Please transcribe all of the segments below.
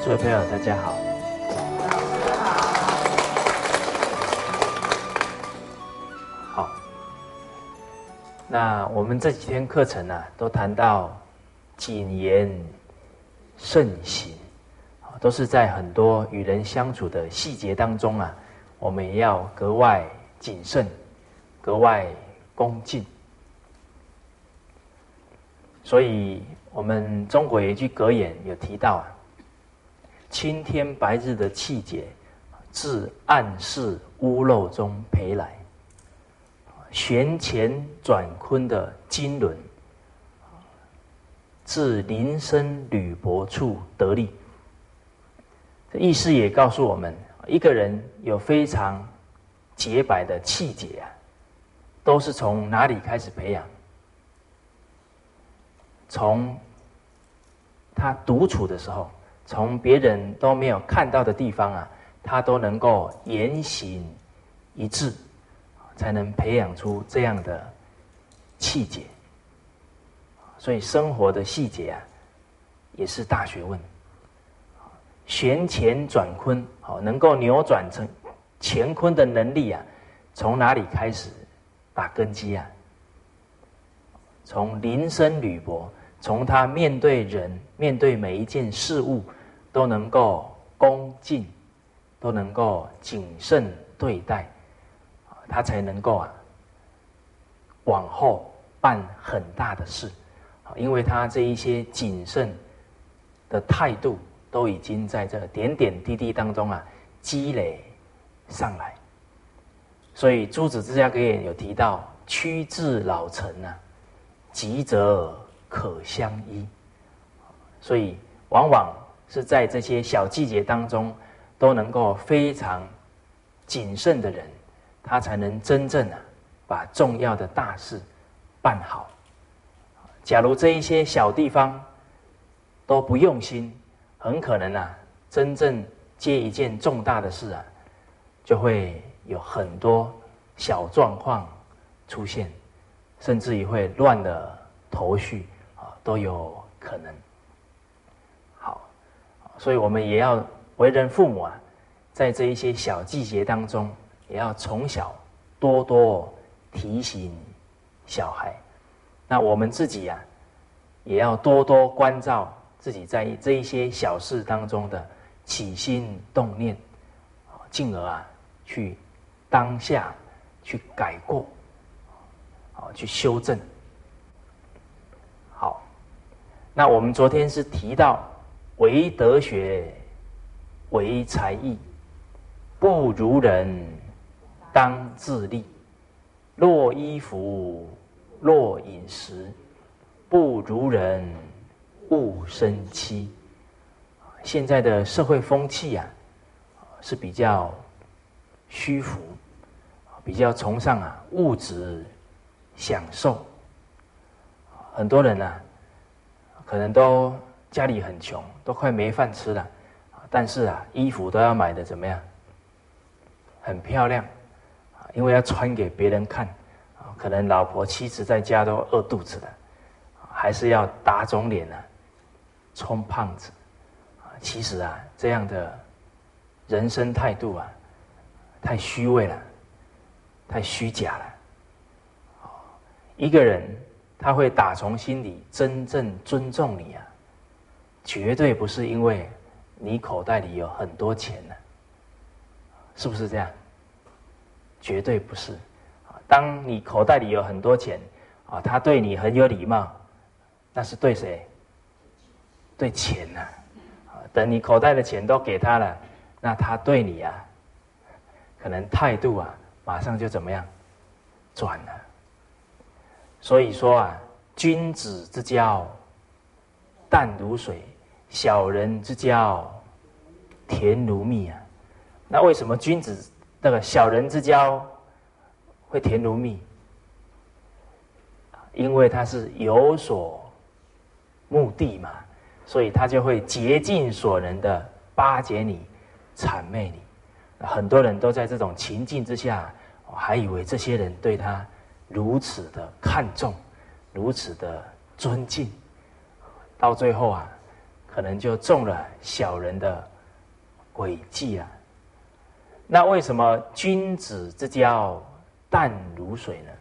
诸位朋友，大家好。好，那我们这几天课程啊，都谈到谨言慎行，都是在很多与人相处的细节当中啊，我们也要格外谨慎，格外恭敬。所以我们中国有一句格言有提到啊，青天白日的气节，自暗室屋漏中培来；旋乾转坤的经纶，自林深履薄处得力。这意思也告诉我们，一个人有非常洁白的气节啊，都是从哪里开始培养？从他独处的时候，从别人都没有看到的地方啊，他都能够言行一致，才能培养出这样的气节。所以生活的细节啊，也是大学问。旋乾转坤，能够扭转成乾坤的能力啊，从哪里开始打根基啊？从林深履薄，从他面对人、面对每一件事物，都能够恭敬，都能够谨慎对待，他才能够往后办很大的事。因为他这一些谨慎的态度，都已经在这点点滴滴当中积累上来。所以诸子之家格言有提到，趋至老成急则可相依。所以往往是在这些小细节当中，都能够非常谨慎的人，他才能真正把重要的大事办好。假如这一些小地方都不用心，很可能真正接一件重大的事就会有很多小状况出现，甚至于会乱了头绪都有可能。好，所以我们也要为人父母在这一些小细节当中，也要从小多多提醒小孩。那我们自己也要多多关照自己在这一些小事当中的起心动念，进而去当下去改过，去修正。好，那我们昨天是提到唯德学，唯才艺，不如人当自砺。若衣服，若饮食，不如人勿生戚。现在的社会风气是比较虚浮，比较崇尚物质享受。很多人可能都家里很穷，都快没饭吃了，但是衣服都要买的怎么样？很漂亮，因为要穿给别人看。可能老婆妻子在家都饿肚子了，还是要打肿脸充胖子。其实这样的人生态度太虚伪了，太虚假了。一个人他会打从心里真正尊重你绝对不是因为你口袋里有很多钱是不是这样？绝对不是。当你口袋里有很多钱他对你很有礼貌，那是对谁？对钱等你口袋的钱都给他了，那他对你可能态度马上就怎么样？转了。所以说君子之交淡如水，小人之交甜如蜜那为什么君子那个小人之交会甜如蜜？因为他是有所目的嘛，所以他就会竭尽所能的巴结你、谄媚你。很多人都在这种情境之下，还以为这些人对他如此的看重，如此的尊敬，到最后可能就中了小人的诡计啊。那为什么君子之交淡如水呢？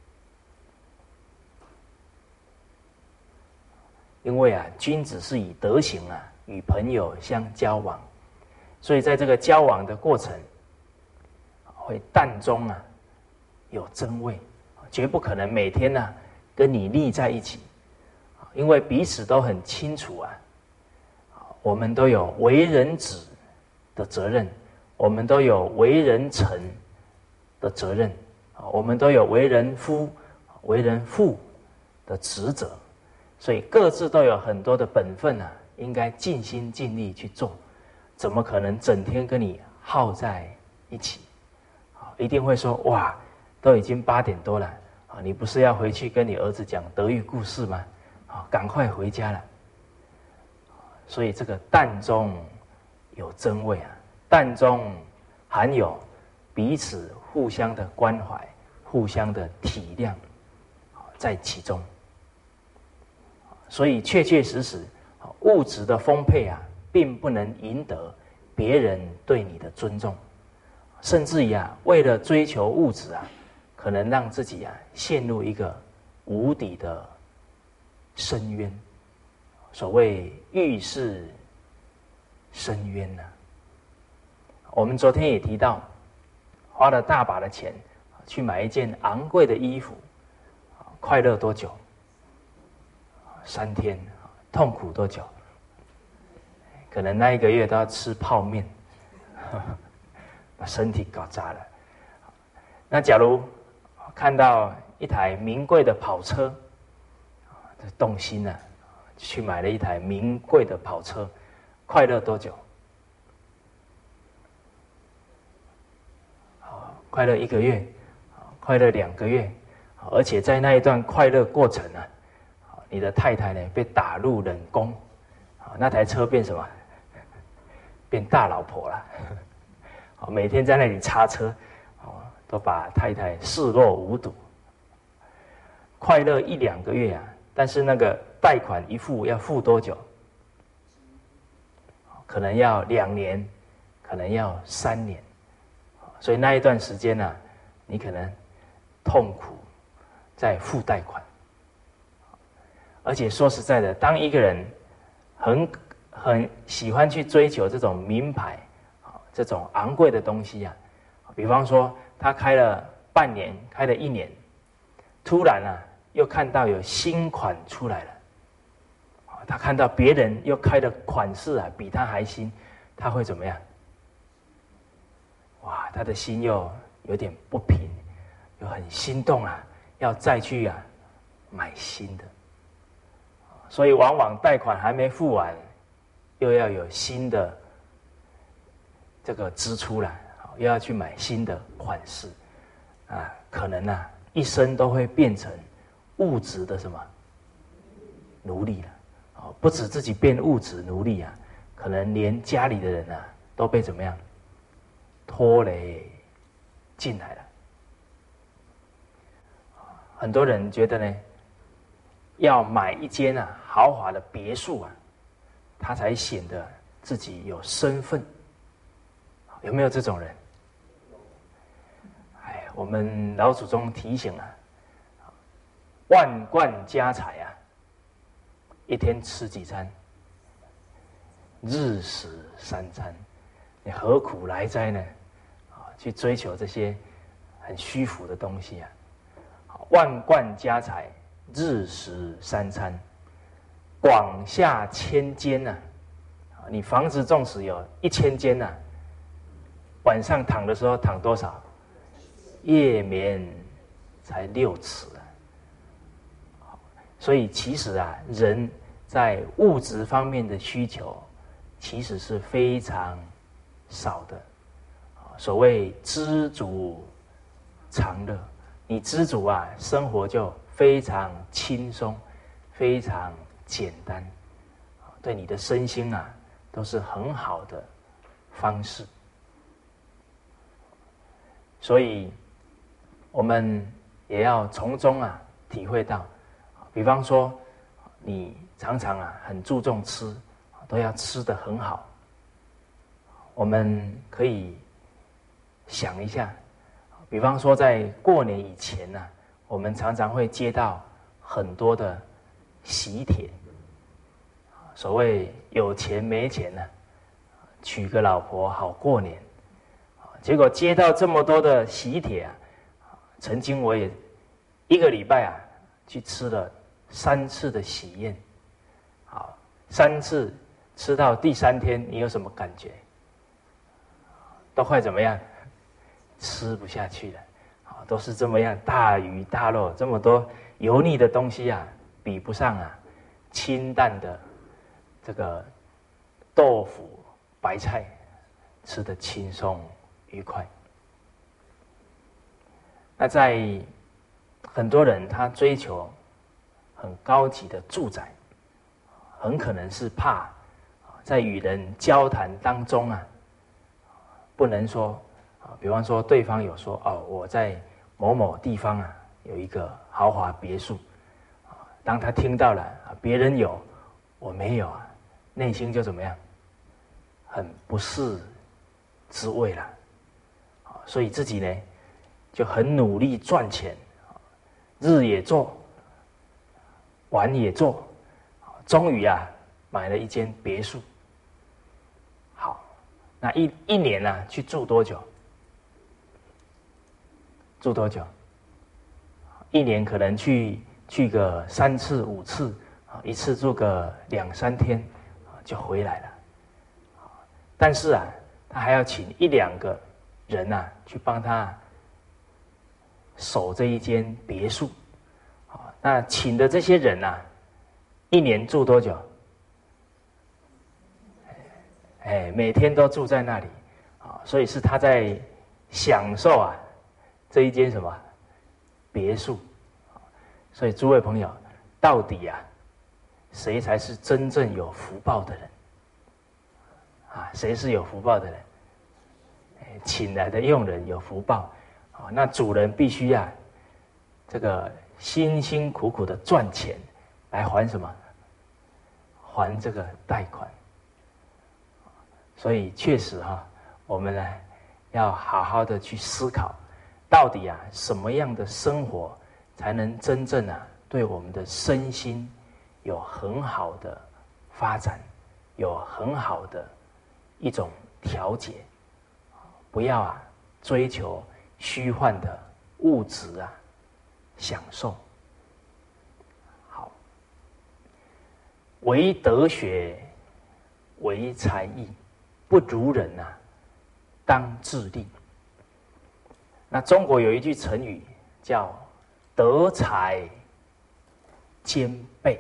因为啊，君子是以德行啊与朋友相交往，所以在这个交往的过程，会淡中啊有真味，绝不可能每天呢跟你腻在一起，因为彼此都很清楚啊，我们都有为人子的责任，我们都有为人臣的责任，我们都有为人夫、为人父的职责。所以各自都有很多的本分啊，应该尽心尽力去做，怎么可能整天跟你耗在一起？一定会说哇，都已经8点多了啊，你不是要回去跟你儿子讲德育故事吗？啊，赶快回家了。所以这个淡中有真味啊，淡中含有彼此互相的关怀、互相的体谅在其中。所以确确实实，物质的丰沛啊，并不能赢得别人对你的尊重，甚至于啊，为了追求物质啊，可能让自己啊陷入一个无底的深渊。所谓欲是深渊呐。我们昨天也提到，花了大把的钱去买一件昂贵的衣服，快乐多久？3天，痛苦多久？可能那1个月都要吃泡面，把身体搞砸了。那假如看到一台名贵的跑车，动心了，去买了一台名贵的跑车，快乐多久？快乐1个月，快乐2个月，而且在那一段快乐过程啊，你的太太呢被打入冷宫，那台车变什么？变大老婆了。每天在那里擦车，都把太太视若无睹。快乐1、2个月啊，但是那个贷款一付要付多久？可能要2年，可能要3年。所以那一段时间呢，你可能痛苦在付贷款。而且说实在的，当一个人很喜欢去追求这种名牌，这种昂贵的东西啊，比方说他开了半年，开了1年，突然啊又看到有新款出来了，他看到别人又开的款式啊比他还新，他会怎么样？哇，他的心又有点不平，又很心动啊，要再去啊买新的。所以往往贷款还没付完，又要有新的这个支出了，又要去买新的款式，啊，可能啊一生都会变成物质的什么奴隶了，不止自己变物质奴隶啊，可能连家里的人啊都被怎么样拖累进来了。很多人觉得呢，要买一间啊豪华的别墅啊，他才显得自己有身份。有没有这种人？哎，我们老祖宗提醒啊，万贯家财啊，一天吃几餐？日食3餐，你何苦来哉呢？去追求这些很虚浮的东西啊！万贯家财，日食3餐，广厦千间呐！你房子纵使有1000间呐，晚上躺的时候躺多少？夜眠才6尺啊！所以其实啊，人在物质方面的需求其实是非常少的。所谓知足常乐，你知足啊，生活就非常轻松，非常简单，对你的身心啊都是很好的方式。所以我们也要从中啊体会到，比方说你常常啊很注重吃， 都要吃得很好。我们可以想一下，比方说在过年以前呢，我们常常会接到很多的喜帖，所谓有钱没钱呢，娶个老婆好过年。结果接到这么多的喜帖啊，曾经我也1个礼拜啊去吃了3次的喜宴。好，3次吃到第3天，你有什么感觉？都快怎么样？吃不下去了。都是这么样大鱼大肉，这么多油腻的东西啊，比不上啊清淡的这个豆腐白菜吃得轻松愉快。那在很多人他追求很高级的住宅，很可能是怕在与人交谈当中啊，不能说比方说对方有说我在某某地方啊有一个豪华别墅，当他听到了别人有我没有啊，内心就怎么样，很不是滋味了。所以自己呢就很努力赚钱，日也做，晚也做，终于啊买了一间别墅。好，那一年呢去住多久？住多久？1年可能去个3次5次，一次住个2、3天就回来了。但是啊，他还要请1、2个人啊去帮他守这一间别墅。那请的这些人啊，1年住多久？每天都住在那里，所以是他在享受啊这一间什么别墅。所以诸位朋友，到底啊谁才是真正有福报的人啊？谁是有福报的人？请来的佣人有福报，那主人必须啊这个辛辛苦苦的赚钱来还什么？还这个贷款。所以确实我们呢要好好的去思考，到底啊什么样的生活才能真正啊对我们的身心有很好的发展，有很好的一种调节，不要啊追求虚幻的物质啊享受。好，唯德学，唯才艺，不如人啊，当自砺。那中国有一句成语叫德才兼备。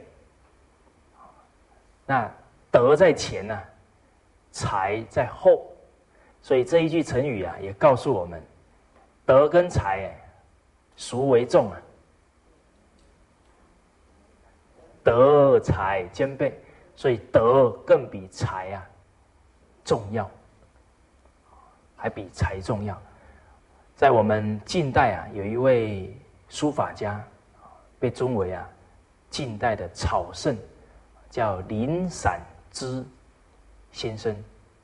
那德在前啊，才在后，所以这一句成语啊，也告诉我们，德跟才孰为重啊？德才兼备，所以德更比才啊重要，还比才重要。在我们近代啊，有一位书法家，被尊为啊近代的草圣，叫林散之先生。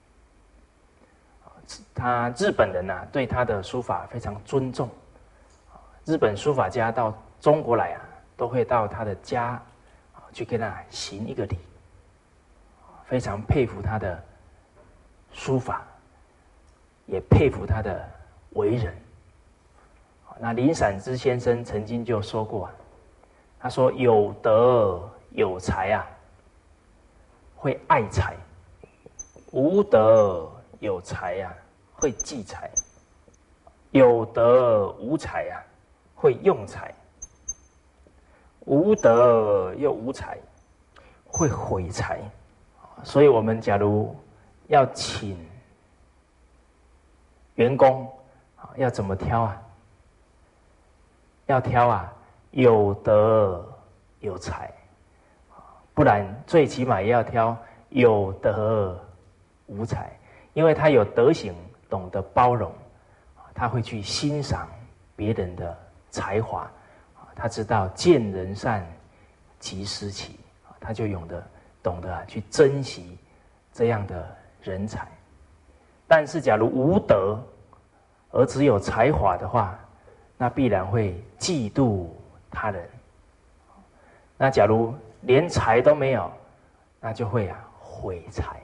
他日本人啊，对他的书法非常尊重。日本书法家到中国来啊，都会到他的家去跟他行一个礼，非常佩服他的书法，也佩服他的为人。那林散之先生曾经就说过他说有德有才啊，会爱才；无德有才啊，会忌才；有德无才啊，会用才；无德又无才，会毁才。所以我们假如要请员工，要怎么挑啊？要挑啊有德有才，不然最起码也要挑有德无才，因为他有德行，懂得包容，他会去欣赏别人的才华，他知道见人善即思齐，他就懂得去珍惜这样的人才。但是假如无德而只有才华的话，那必然会嫉妒他人。那假如连才都没有，那就会毁财。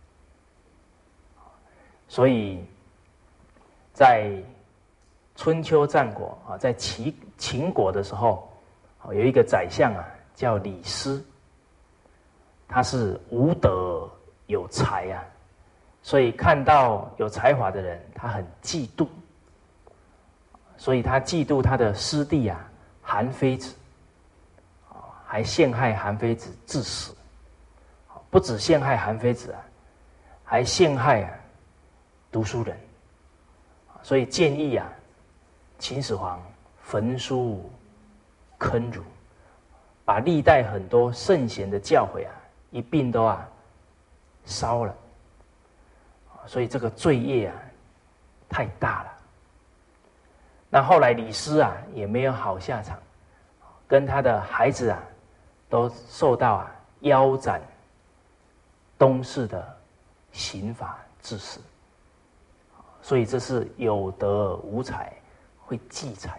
所以在春秋战国在秦国的时候，有一个宰相叫李斯，他是无德有才所以看到有才华的人，他很嫉妒，所以他嫉妒他的师弟韩非子，还陷害韩非子致死。不止陷害韩非子还陷害读书人。所以建议秦始皇焚书坑儒，把历代很多圣贤的教诲一并都烧了。所以这个罪业太大了。那后来李斯也没有好下场，跟他的孩子都受到腰斩东市的刑罚致死。所以这是有德无才会忌才。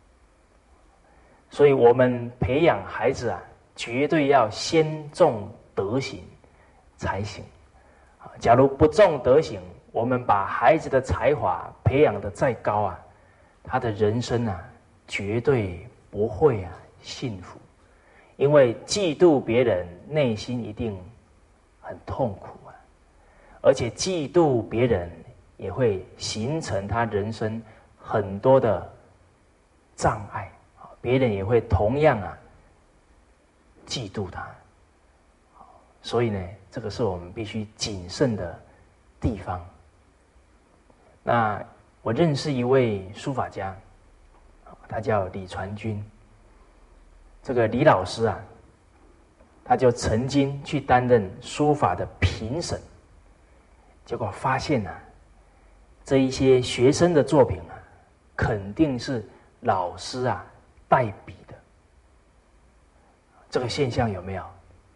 所以我们培养孩子绝对要先重德行才行。假如不重德行，我们把孩子的才华培养得再高他的人生绝对不会幸福。因为嫉妒别人，内心一定很痛苦而且嫉妒别人也会形成他人生很多的障碍，别人也会同样嫉妒他。所以呢，这个是我们必须谨慎的地方。那我认识一位书法家，他叫李传君。这个李老师他就曾经去担任书法的评审，结果发现这一些学生的作品肯定是老师代笔的。这个现象有没有？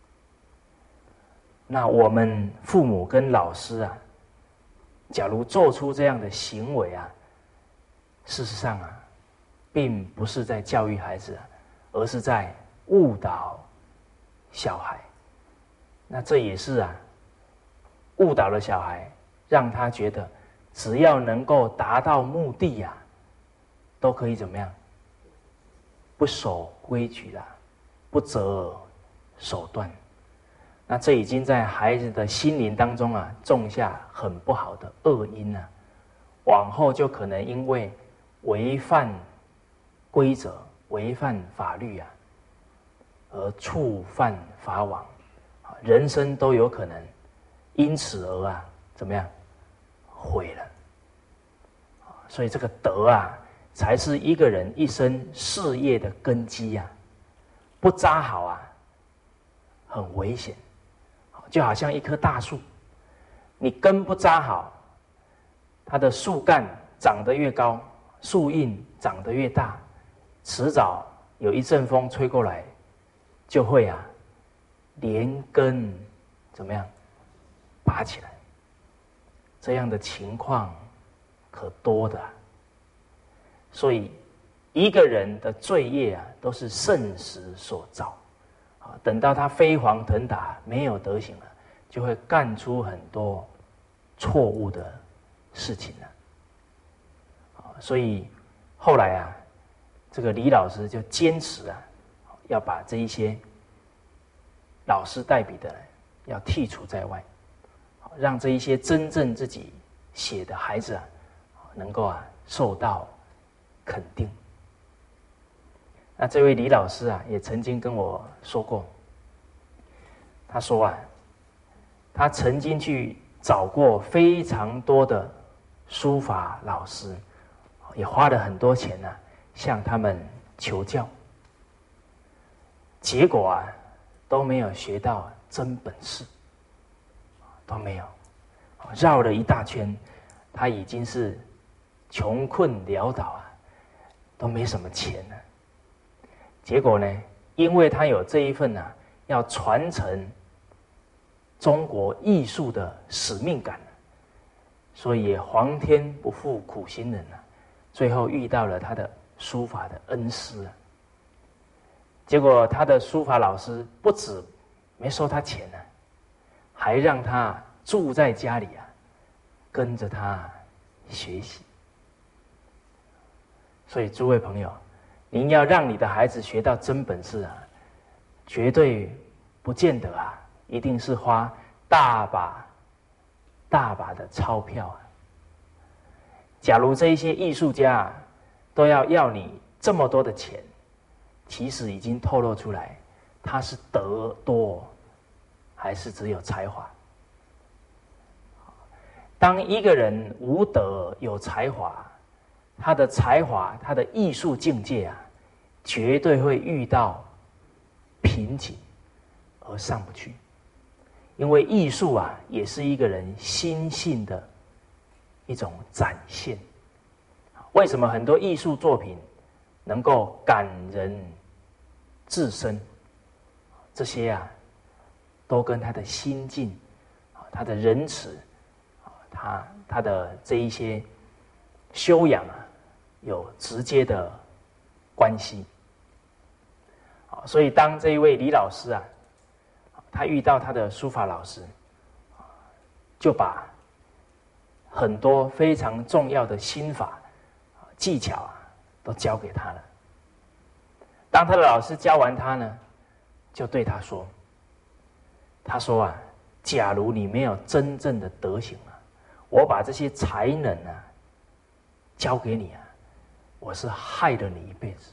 那我们父母跟老师假如做出这样的行为事实上并不是在教育孩子而是在误导小孩。那这也是误导了小孩，让他觉得只要能够达到目的都可以怎么样？不守规矩不择手段。那这已经在孩子的心灵当中种下很不好的恶因往后就可能因为违反规则、违反法律而触犯法网，人生都有可能因此而怎么样？毁了。所以这个德才是一个人一生事业的根基不扎好很危险。就好像一棵大树，你根不扎好，它的树干长得越高，树荫长得越大，迟早有一阵风吹过来，就会连根怎么样拔起来。这样的情况可多的。所以一个人的罪业都是圣时所造。等到他飞黄腾达没有德行了，就会干出很多错误的事情了。所以后来这个李老师就坚持要把这一些老师代笔的人要剔除在外，让这一些真正自己写的孩子能够受到肯定。那这位李老师也曾经跟我说过，他说他曾经去找过非常多的书法老师，也花了很多钱向他们求教，结果都没有学到真本事，都没有，绕了一大圈，他已经是穷困潦倒都没什么钱了。结果呢，因为他有这一份要传承中国艺术的使命感，所以也皇天不负苦心人啊，最后遇到了他的书法的恩师啊。结果他的书法老师不止没收他钱啊，还让他住在家里啊，跟着他学习。所以诸位朋友，您要让你的孩子学到真本事啊，绝对不见得啊，一定是花大把的钞票啊。假如这一些艺术家啊，都要你这么多的钱，其实已经透露出来，他是德多还是只有才华？当一个人无德有才华，他的才华，他的艺术境界啊，绝对会遇到瓶颈而上不去。因为艺术啊，也是一个人心性的一种展现。为什么很多艺术作品能够感人至深？这些啊，都跟他的心境、他的仁慈、他的这一些修养啊，有直接的关系。所以当这一位李老师啊，他遇到他的书法老师，就把很多非常重要的心法技巧啊，都教给他了。当他的老师教完他呢，就对他说：“他说啊，假如你没有真正的德行啊，我把这些才能啊交给你啊，我是害了你一辈子。”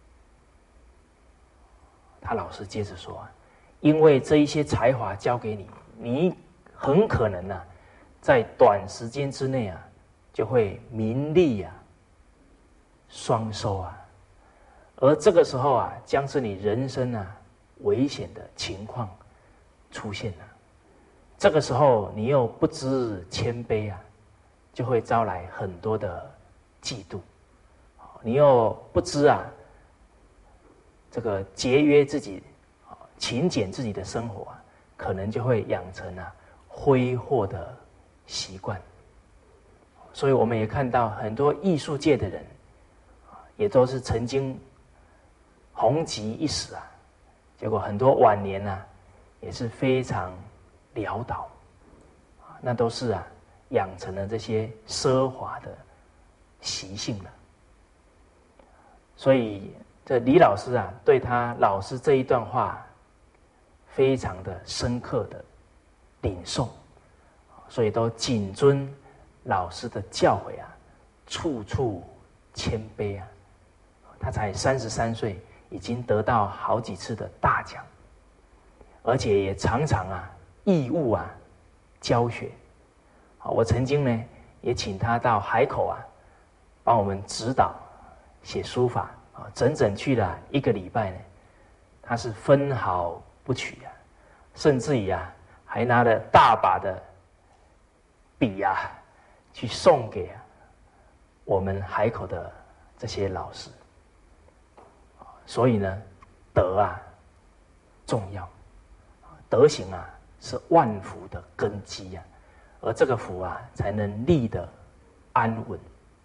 他老师接着说啊，因为这一些才华交给你，你很可能啊，在短时间之内啊，就会名利啊双收啊，而这个时候啊，将是你人生啊危险的情况出现了。这个时候你又不知谦卑啊，就会招来很多的嫉妒。你又不知啊，这个节约自己、勤俭自己的生活啊，可能就会养成啊挥霍的习惯。所以我们也看到很多艺术界的人，也都是曾经红极一时啊，结果很多晚年啊，也是非常潦倒，那都是啊养成了这些奢华的习性了。所以这李老师啊，对他老师这一段话非常的深刻的领受，所以都谨遵老师的教诲啊，处处谦卑啊。他才33岁，已经得到好几次的大奖，而且也常常啊义务啊教学。我曾经呢也请他到海口啊，帮我们指导写书法啊，整整去了1个礼拜呢，他是分毫不取啊，甚至于啊还拿了大把的笔啊去送给我们海口的这些老师。所以呢，德啊重要，德行啊是万福的根基啊，而这个福啊才能立得安稳。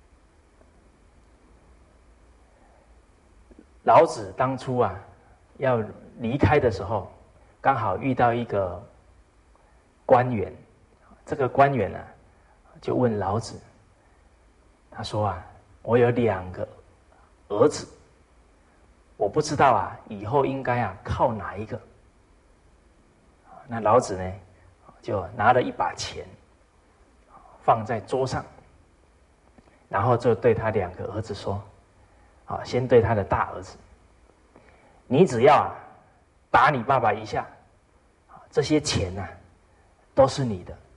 老子当初啊要离开的时候，刚好遇到一个官员，这个官员啊就问老子，他说啊，我有2个儿子，我不知道啊以后应该啊靠哪一个。那老子呢就拿了一把钱放在桌上，然后就对他2个儿子说，先对他的大儿子，你只要啊打你爸爸一下，这些钱啊都是你的。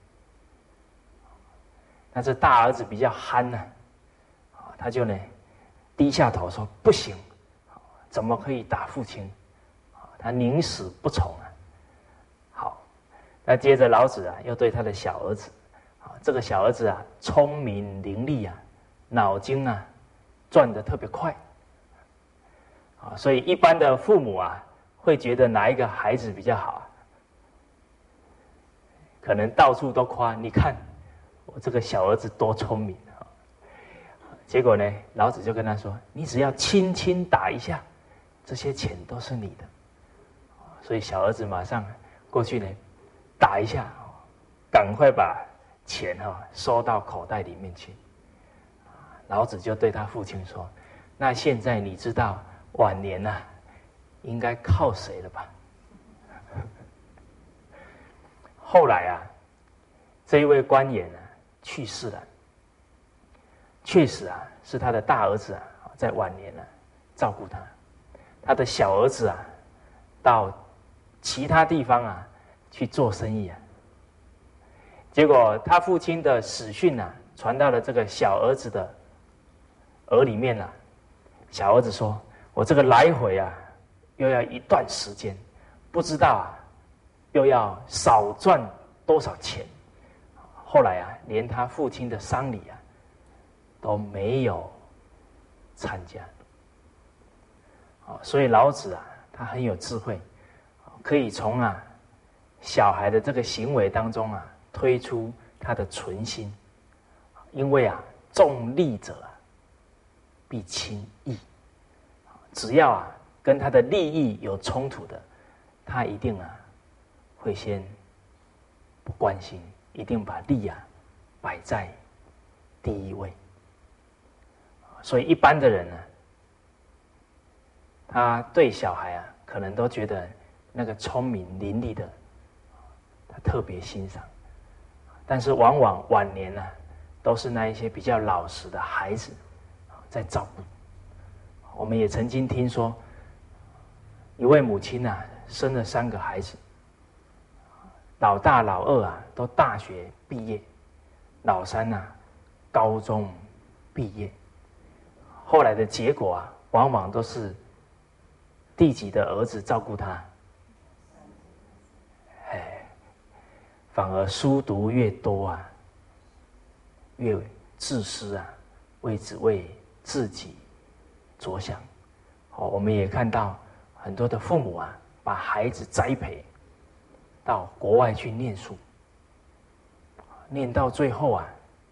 那这大儿子比较憨呢，他就呢低下头说，不行，怎么可以打父亲？他宁死不从啊。好，那接着老子啊又对他的小儿子，这个小儿子啊聪明伶俐啊，脑筋啊转得特别快，所以一般的父母啊会觉得哪一个孩子比较好啊？ 可能到处都夸，你看我这个小儿子多聪明啊！结果呢，老子就跟他说：“你只要轻轻打一下，这些钱都是你的。”所以小儿子马上过去呢，打一下，赶快把钱收到口袋里面去。老子就对他父亲说：“那现在你知道晚年啊，应该靠谁了吧？”后来啊，这一位官员去世了，确实啊，是他的大儿子在晚年照顾他，他的小儿子到其他地方去做生意结果他父亲的死讯传到了这个小儿子的耳里面小儿子说：“我这个来回又要一段时间，不知道又要少赚多少钱。”后来连他父亲的丧礼都没有参加。所以老子他很有智慧，可以从小孩的这个行为当中推出他的存心，因为重利者必轻义，只要跟他的利益有冲突的，他一定会先不关心，一定把利摆在第一位。所以一般的人他对小孩可能都觉得那个聪明伶俐的，他特别欣赏，但是往往晚年都是那一些比较老实的孩子在照顾。我们也曾经听说，一位母亲生了3个孩子，老大老二都大学毕业，老三高中毕业。后来的结果往往都是第几的儿子照顾他，反而书读越多越自私只为自己着想。我们也看到很多的父母把孩子栽培到国外去念书，念到最后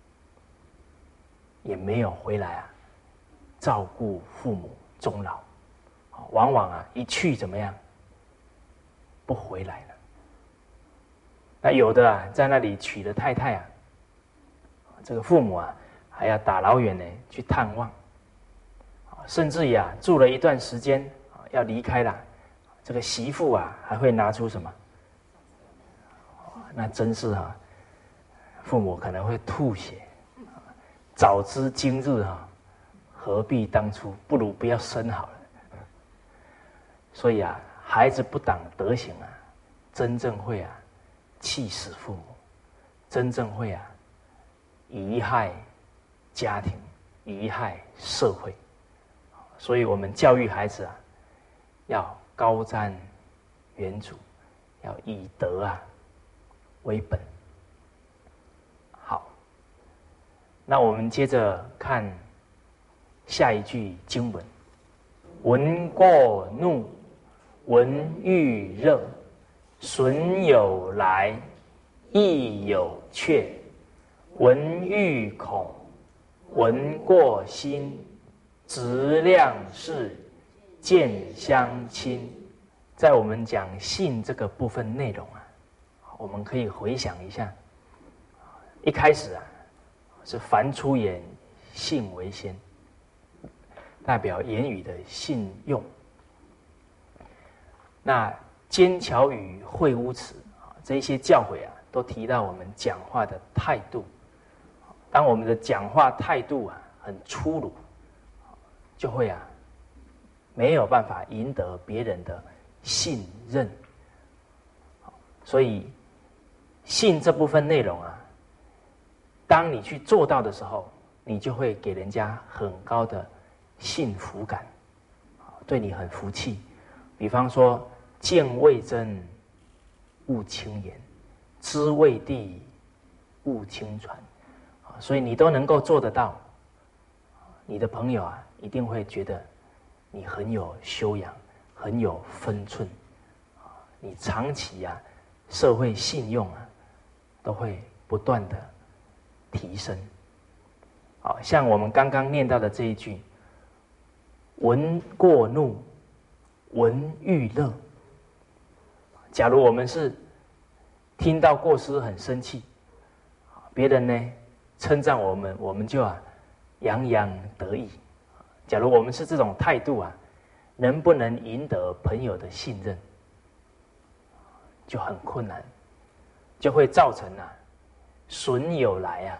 也没有回来照顾父母终老，往往一去怎么样，不回来了。那有的在那里娶了太太这个父母还要打老远去探望，甚至于住了一段时间要离开了，这个媳妇还会拿出什么？那真是父母可能会吐血。早知今日何必当初，不如不要生好了。所以孩子不党德行真正会气死父母，真正会贻害家庭，贻害社会。所以我们教育孩子要高瞻远瞩，要以德为本。好，那我们接着看下一句经文：闻过怒，闻欲热，损有来，亦有却。闻欲恐，闻过心，质量是，见相亲。在我们讲性这个部分内容我们可以回想一下，一开始是凡出言，信为先，代表言语的信用。那奸巧语、秽污词这一些教诲都提到我们讲话的态度。当我们的讲话态度很粗鲁，就会没有办法赢得别人的信任。所以信这部分内容当你去做到的时候，你就会给人家很高的幸福感，对你很服气。比方说，见未真，勿轻言；知未地，勿轻传。所以你都能够做得到，你的朋友一定会觉得你很有修养，很有分寸，你长期社会信用都会不断的提升。好，像我们刚刚念到的这一句“闻过怒，闻欲乐”。假如我们是听到过失很生气，别人呢称赞我们，我们就洋洋得意。假如我们是这种态度能不能赢得朋友的信任，就很困难，就会造成损友来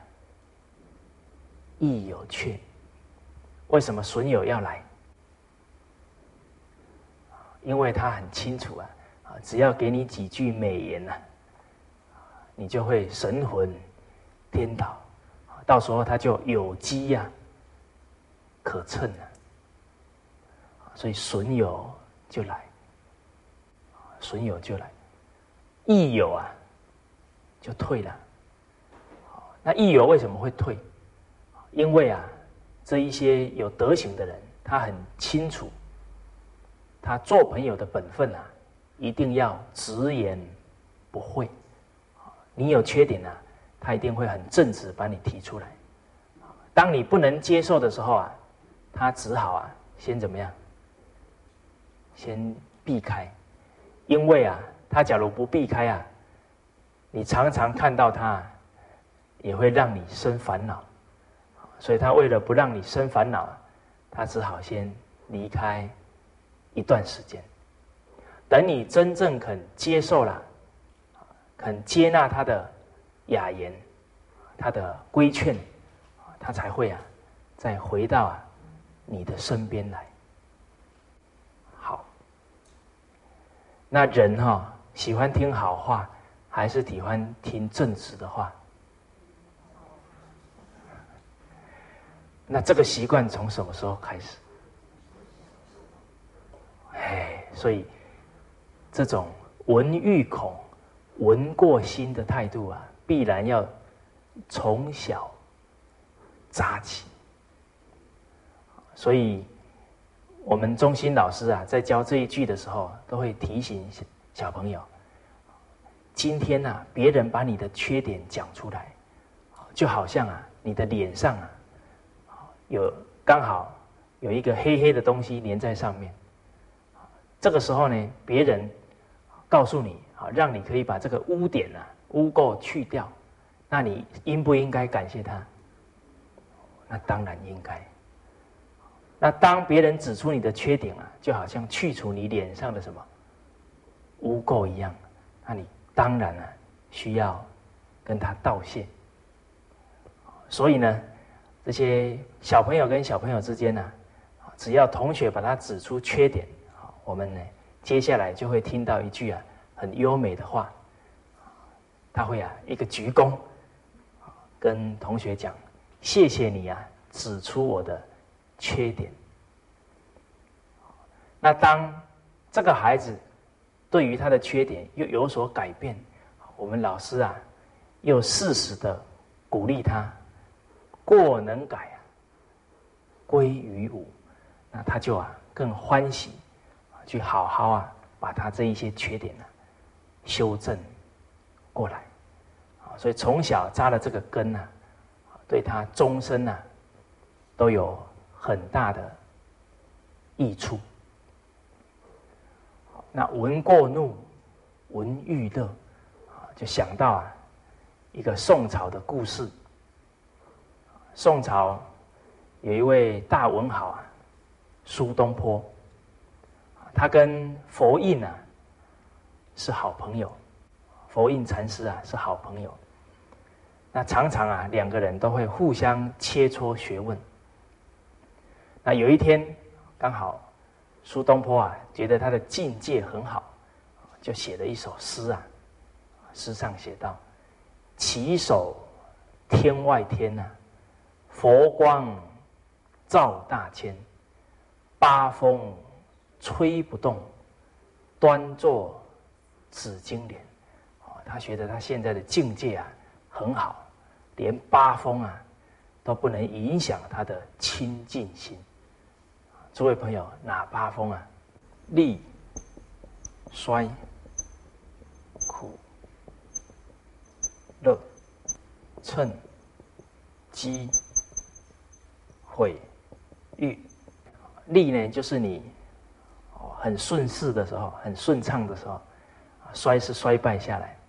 益友却。为什么损友要来？因为他很清楚只要给你几句美言你就会神魂颠倒，到时候他就有机可乘所以损友就来，损友就来，益友就退了。那益友为什么会退？因为这一些有德行的人，他很清楚，他做朋友的本分一定要直言不讳。你有缺点他一定会很正直把你提出来。当你不能接受的时候他只好先怎么样？先避开。因为他假如不避开你常常看到他也会让你生烦恼。所以他为了不让你生烦恼他只好先离开一段时间。等你真正肯接受了，肯接纳他的雅言，他的规劝，他才会再回到你的身边来。好，那人喜欢听好话，还是喜欢听正直的话？那这个习惯从什么时候开始？所以这种闻欲恐、闻过心的态度必然要从小扎起。所以我们中心老师在教这一句的时候，都会提醒小朋友：今天别人把你的缺点讲出来，就好像你的脸上刚好有一个黑黑的东西粘在上面。这个时候呢，别人告诉你让你可以把这个污点污垢去掉，那你应不应该感谢他？那当然应该。那当别人指出你的缺点就好像去除你脸上的什么污垢一样，那你当然需要跟他道谢。所以呢，这些小朋友跟小朋友之间只要同学把他指出缺点，我们呢接下来就会听到一句很优美的话。他会一个鞠躬，跟同学讲：谢谢你指出我的缺点。那当这个孩子对于他的缺点又有所改变，我们老师又适时的鼓励他，过能改归于无，那他就更欢喜去好好把他这一些缺点修正过来。所以从小扎了这个根对他终身都有很大的益处。那闻过怒，闻欲乐，就想到一个宋朝的故事。宋朝有一位大文豪苏东坡，他跟佛印是好朋友，佛印禅师是好朋友。那常常两个人都会互相切磋学问。那有一天刚好苏东坡觉得他的境界很好，就写了一首诗诗上写道：起手天外天佛光照大千，八风吹不动，端坐紫金莲。他觉得他现在的境界很好，连八风都不能影响他的清净心。诸位朋友，哪八风利、衰、苦、 乐、称、机、毁、誉。利呢，就是你很顺势的时候，很顺畅的时候，衰是衰败下来。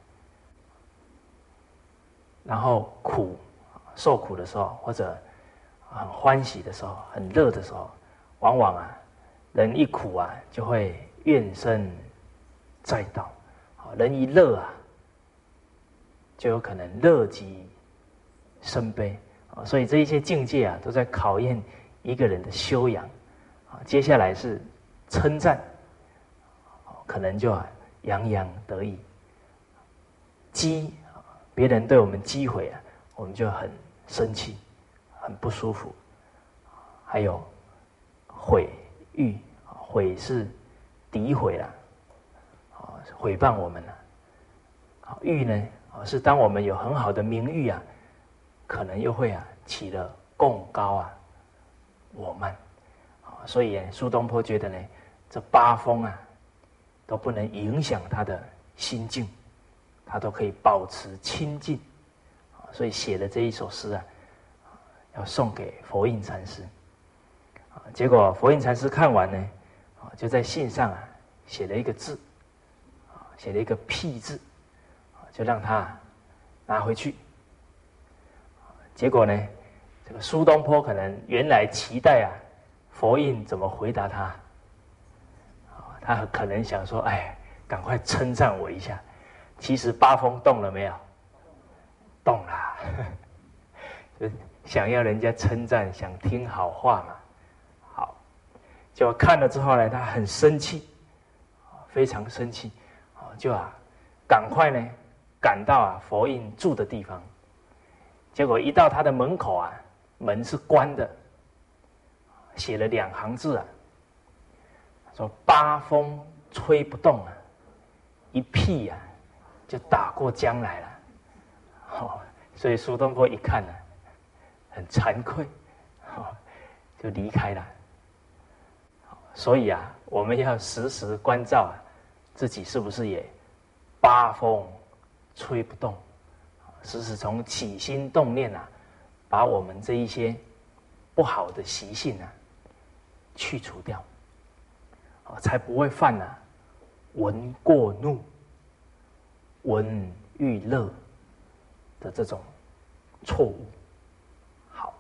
然后苦，受苦的时候，或者很欢喜的时候，很乐的时候，往往人一苦就会怨声载道；人一乐就有可能乐极生悲。所以这一些境界都在考验一个人的修养。接下来是称赞，可能就洋洋得意；讥，别人对我们讥毁我们就很生气，很不舒服。还有毁誉，毁是诋毁毁谤我们誉呢是当我们有很好的名誉可能又会起了贡高我慢。所以苏东坡觉得呢，这八风都不能影响他的心境，他都可以保持清净。所以写了这一首诗要送给佛印禅师。结果佛印禅师看完呢，就在信上写了一个字，写了一个屁字，就让他拿回去。结果呢，这个苏东坡可能原来期待佛印怎么回答他？他可能想说：“哎，赶快称赞我一下。”其实八风动了没有？动啦，就想要人家称赞，想听好话嘛。好，就看了之后呢，他很生气，非常生气，就赶快呢赶到佛印住的地方。结果一到他的门口门是关的。写了2行字说八风吹不动一屁就打过江来了。所以苏东坡一看很惭愧，就离开了。所以我们要时时关照自己是不是也八风吹不动，时时从起心动念把我们这一些不好的习性去除掉，才不会犯闻过怒、闻欲乐的这种错误。好，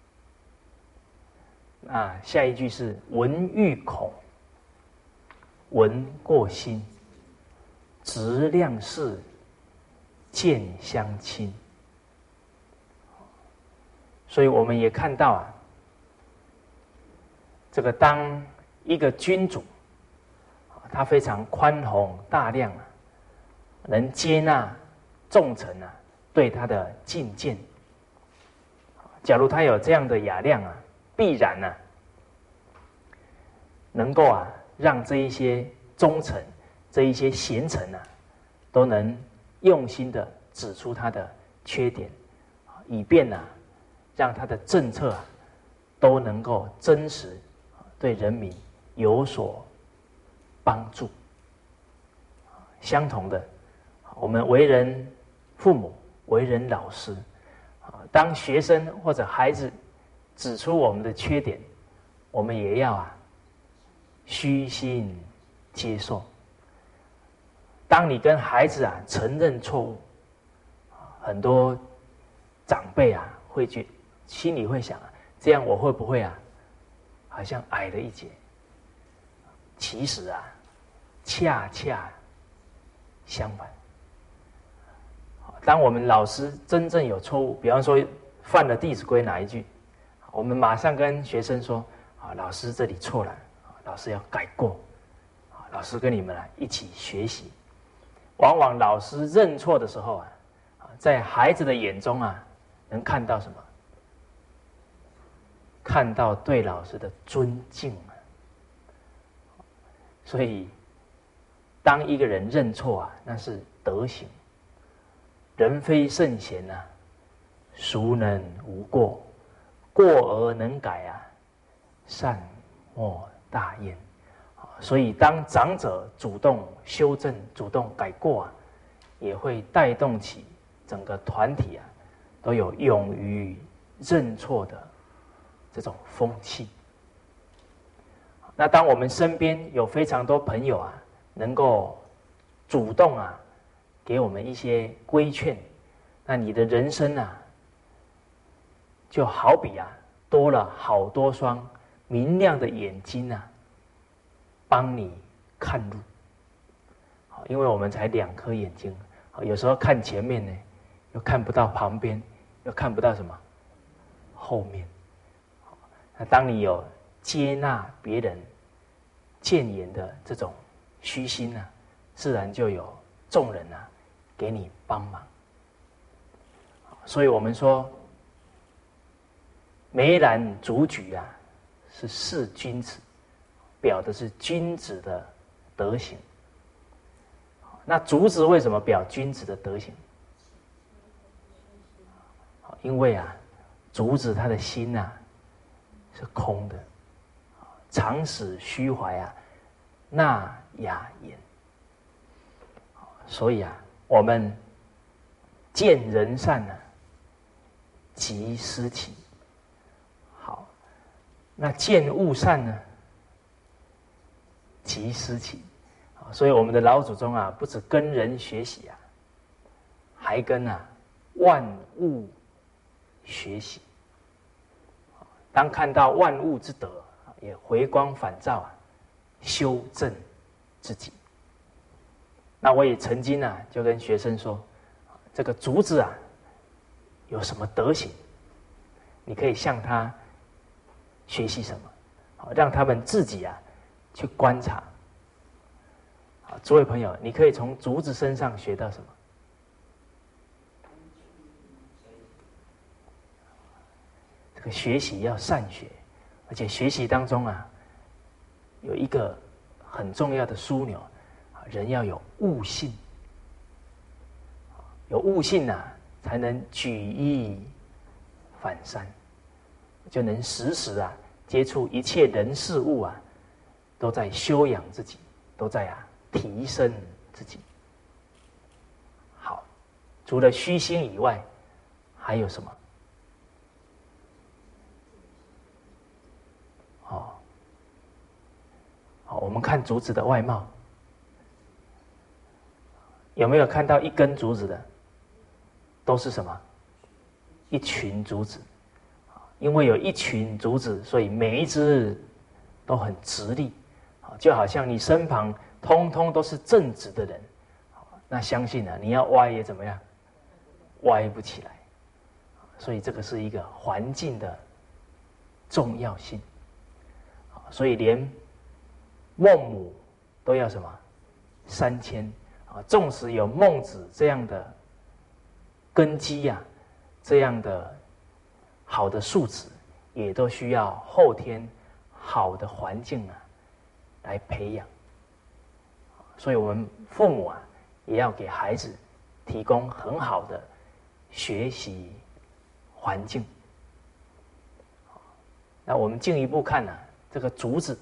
那下一句是闻欲恐，闻过心，质量事，见相亲。所以我们也看到这个当一个君主，他非常宽宏大量能接纳众臣对他的进谏。假如他有这样的雅量必然能够让这一些忠臣、这一些贤臣都能用心的指出他的缺点，以便让他的政策都能够真实对人民有所帮助。相同的，我们为人父母、为人老师，当学生或者孩子指出我们的缺点，我们也要虚心接受。当你跟孩子承认错误，很多长辈会心里会想这样我会不会好像矮了一截？其实恰恰相反。当我们老师真正有错误，比方说犯了《弟子规》哪一句，我们马上跟学生说：“老师这里错了，老师要改过。”老师跟你们一起学习。往往老师认错的时候在孩子的眼中能看到什么？看到对老师的尊敬。所以，当一个人认错那是德行。人非圣贤孰能无过？过而能改善莫大焉。所以，当长者主动修正、主动改过也会带动起整个团体啊，都有勇于认错的这种风气。那当我们身边有非常多朋友啊，能够主动啊，给我们一些规劝，那你的人生啊，就好比啊，多了好多双明亮的眼睛啊，帮你看路。因为我们才2颗眼睛，有时候看前面呢，又看不到旁边，又看不到什么后面。那当你有接纳别人谏言的这种虚心啊，自然就有众人啊给你帮忙。所以我们说，梅兰竹菊啊，是示君子，表的是君子的德行。那竹子为什么表君子的德行？因为啊，竹子它的心啊是空的，常使虚怀啊纳雅言。所以啊，我们见人善啊，即思齐。好，那见物善呢，即思齐。所以我们的老祖宗啊，不止跟人学习啊，还跟啊万物学习。当看到万物之德，也回光返照啊，修正自己。那我也曾经啊，就跟学生说，这个竹子啊，有什么德行，你可以向他学习什么，让他们自己啊去观察。诸位朋友，你可以从竹子身上学到什么？这个学习要善学，而且学习当中啊，有一个很重要的枢纽，人要有悟性。有悟性啊，才能举一反三，就能时时啊接触一切人事物啊，都在修养自己，都在提升自己。好，除了虚心以外，还有什么？好，我们看竹子的外貌，有没有看到一根竹子的？都是什么？一群竹子。因为有一群竹子，所以每一只都很直立，就好像你身旁通通都是正直的人，那相信啊，你要歪也怎么样，歪不起来。所以这个是一个环境的重要性。所以连孟母都要什么3000啊，纵使有孟子这样的根基啊，这样的好的素质，也都需要后天好的环境啊来培养。所以我们父母啊，也要给孩子提供很好的学习环境。那我们进一步看啊，这个竹子，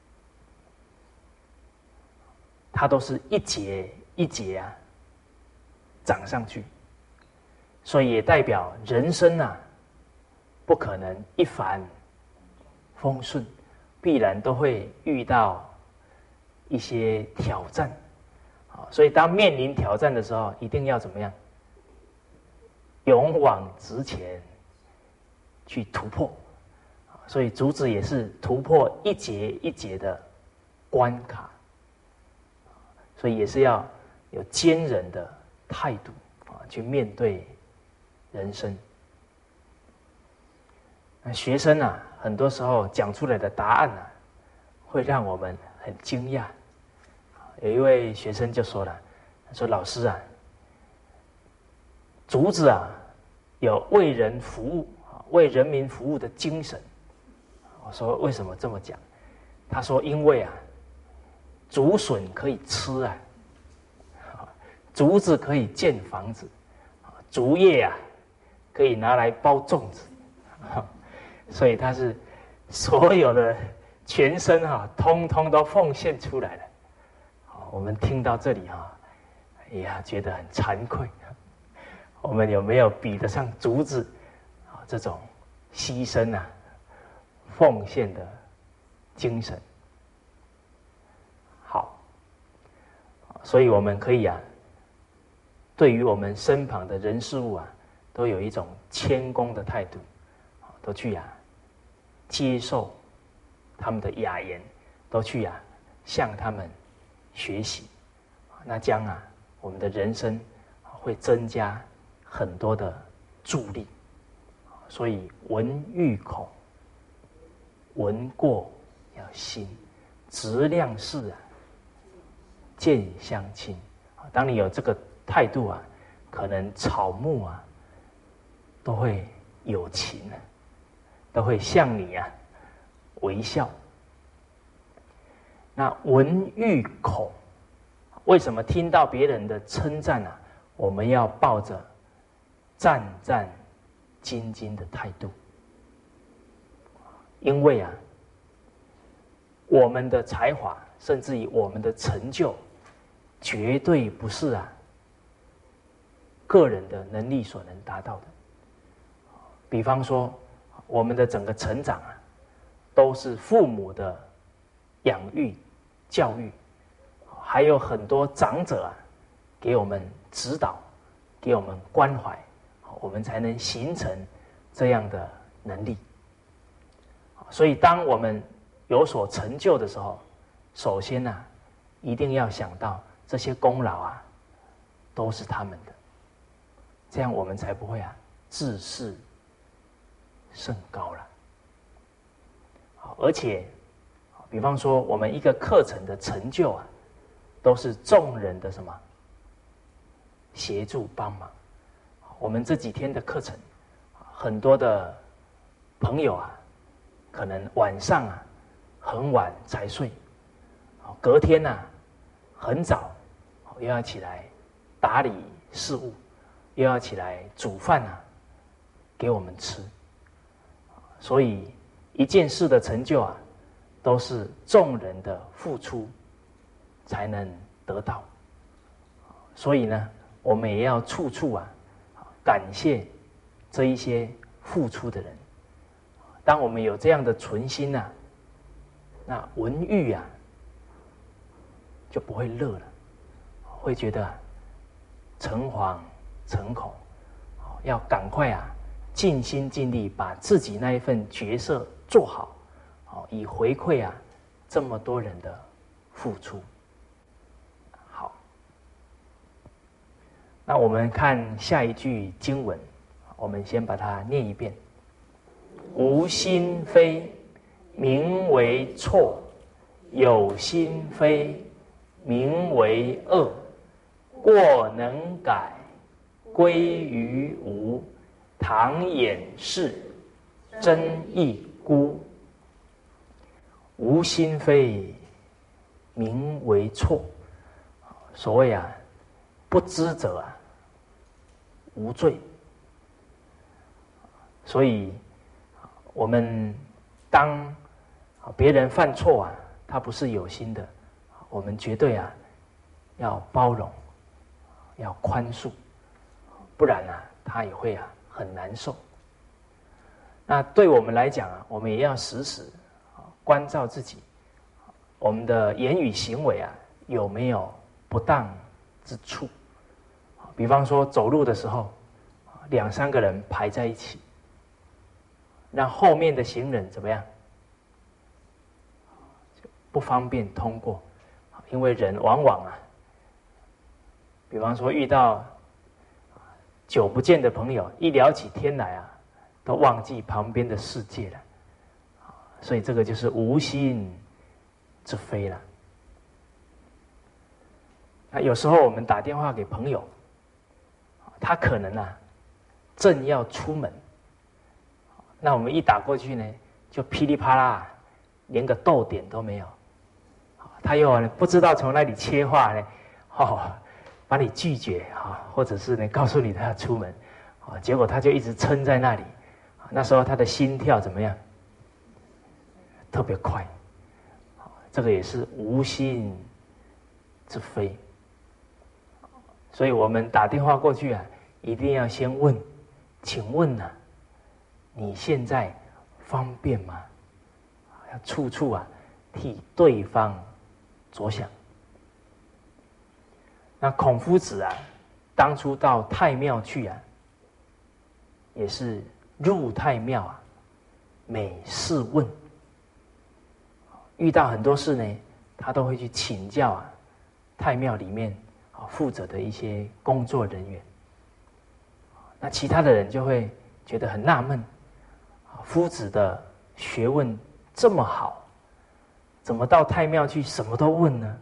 它都是一节一节啊长上去，所以也代表人生啊不可能一帆风顺，必然都会遇到一些挑战。所以当面临挑战的时候，一定要怎么样？勇往直前，去突破。所以竹子也是突破一节一节的关卡，所以也是要有坚韧的态度去面对人生。那学生啊，很多时候讲出来的答案啊，会让我们很惊讶。有一位学生就说了，他说：“老师啊，竹子啊，有为人服务、为人民服务的精神。”我说：“为什么这么讲？”他说：“因为啊，竹笋可以吃啊，竹子可以建房子，竹叶啊可以拿来包粽子，所以他是所有的全身通通都奉献出来了。”我们听到这里哎呀，觉得很惭愧。 我们有没有比得上竹子这种牺牲啊、奉献的精神？好，所以我们可以啊，对于我们身旁的人事物啊，都有一种谦恭的态度，都去啊接受他们的雅言，都去啊向他们学习，那将啊我们的人生会增加很多的助力。所以闻欲恐，闻过要心，质量事啊，见相亲。当你有这个态度啊，可能草木啊都会有情啊，都会向你啊微笑。那闻欲恐，为什么听到别人的称赞啊，我们要抱着战战兢兢的态度？因为啊，我们的才华，甚至于我们的成就，绝对不是啊个人的能力所能达到的。比方说，我们的整个成长啊，都是父母的养育、教育，还有很多长者啊给我们指导，给我们关怀，我们才能形成这样的能力。所以当我们有所成就的时候，首先啊一定要想到这些功劳啊都是他们的，这样我们才不会啊自视甚高了。而且比方说我们一个课程的成就啊，都是众人的什么协助帮忙。我们这几天的课程，很多的朋友啊，可能晚上啊很晚才睡，隔天啊很早又要起来打理事务，又要起来煮饭啊给我们吃。所以一件事的成就啊，都是众人的付出才能得到。所以呢，我们也要处处啊感谢这一些付出的人。当我们有这样的存心啊，那闻欲啊就不会乐了，会觉得诚惶诚恐，要赶快啊尽心尽力把自己那一份角色做好，以回馈啊这么多人的付出。好，那我们看下一句经文，我们先把它念一遍。无心非，名为错；有心非，名为恶。过能改，归于无。唐掩饰，真亦孤。无心非，名为错。所谓啊，不知者啊，无罪。所以我们当别人犯错啊，他不是有心的，我们绝对啊要包容，要宽恕，不然啊他也会啊很难受。那对我们来讲啊，我们也要时时关照自己，我们的言语行为啊有没有不当之处。比方说走路的时候，2、3个人排在一起，让后面的行人怎么样？不方便通过，因为人往往啊，比方说遇到久不见的朋友，一聊起天来啊，都忘记旁边的世界了，所以这个就是无心之非了。那有时候我们打电话给朋友，他可能啊正要出门，那我们一打过去呢，就噼里啪啦，连个逗点都没有。他又不知道从哪里切话呢，把你拒绝或者是呢告诉你他要出门，结果他就一直撑在那里。那时候他的心跳怎么样？特别快。这个也是无心之非。所以我们打电话过去啊， 一定要先问，请问呢，你现在方便吗？要处处啊替对方着想。那孔夫子啊，当初到太庙去啊，也是入太庙啊，每事问。遇到很多事呢，他都会去请教啊，太庙里面负责的一些工作人员。那其他的人就会觉得很纳闷，夫子的学问这么好，怎么到太庙去什么都问呢？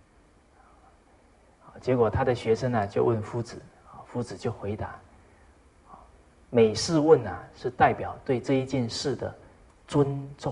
结果他的学生啊就问夫子，夫子就回答：每事问啊，是代表对这一件事的尊重。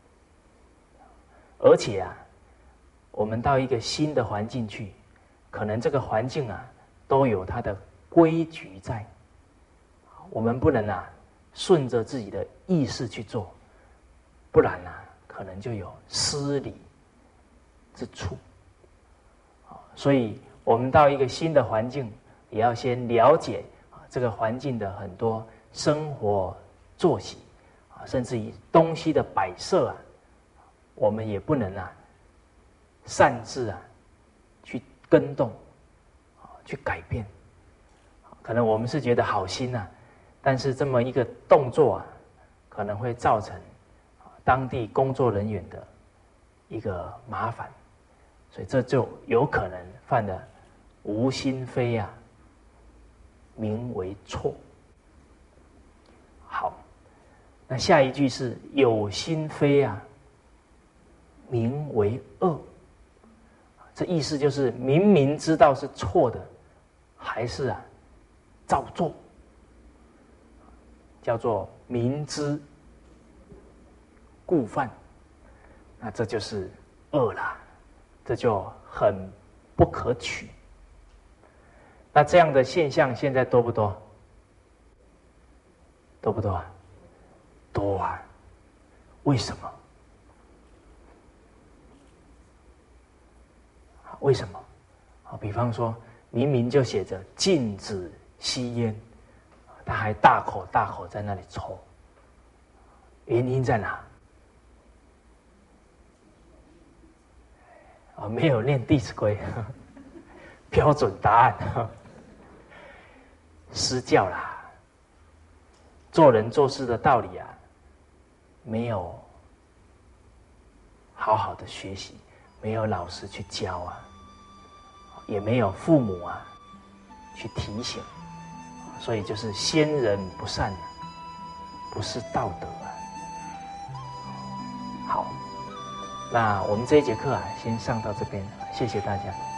而且啊，我们到一个新的环境去，可能这个环境啊都有它的规矩在，我们不能啊顺着自己的意识去做，不然啊可能就有失礼之处。所以我们到一个新的环境，也要先了解这个环境的很多生活作息，甚至于东西的摆设啊，我们也不能啊擅自啊去更动，去改变。可能我们是觉得好心啊，但是这么一个动作啊，可能会造成当地工作人员的一个麻烦，所以这就有可能犯了无心非啊，名为错。好，那下一句是有心非啊，名为恶。这意思就是明明知道是错的，还是啊照做，叫做明知故犯。那这就是恶啦，这就很不可取。那这样的现象现在多不多？多不多啊？多啊！为什么？为什么？比方说明明就写着禁止吸烟，他还大口大口在那里抽，原因在哪？没有念《弟子规》标准答案，失教啦。做人做事的道理啊，没有好好的学习，没有老师去教啊，也没有父母啊去提醒，所以就是先人不善，不是道德啊。好，那我们这一节课啊，先上到这边，谢谢大家。